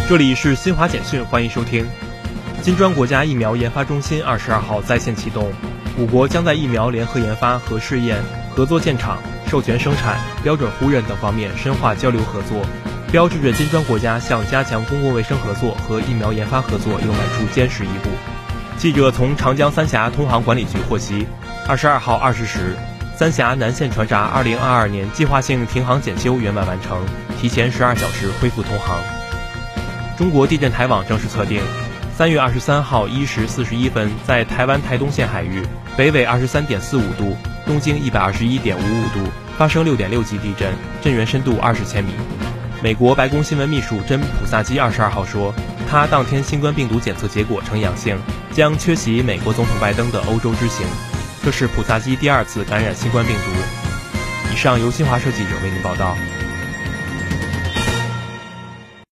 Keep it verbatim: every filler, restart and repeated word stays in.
这里是新华简讯，欢迎收听。金砖国家疫苗研发中心二十二号在线启动，五国将在疫苗联合研发和试验、合作建厂、授权生产、标准互认等方面深化交流合作，标志着金砖国家向加强公共卫生合作和疫苗研发合作又迈出坚实一步。记者从长江三峡通航管理局获悉，二十二号二十时，三峡南线船闸二零二二年计划性停航检修圆满完成，提前十二小时恢复通航。中国地震台网正式测定，三月二十三号一时四十一分，在台湾台东县海域北纬二十三点四五度、东经一百二十一点五五度发生六点六级地震，震源深度二十千米。美国白宫新闻秘书珍·普萨基二十二号说，他当天新冠病毒检测结果呈阳性，将缺席美国总统拜登的欧洲之行。这是普萨基第二次感染新冠病毒。以上由新华社记者为您报道。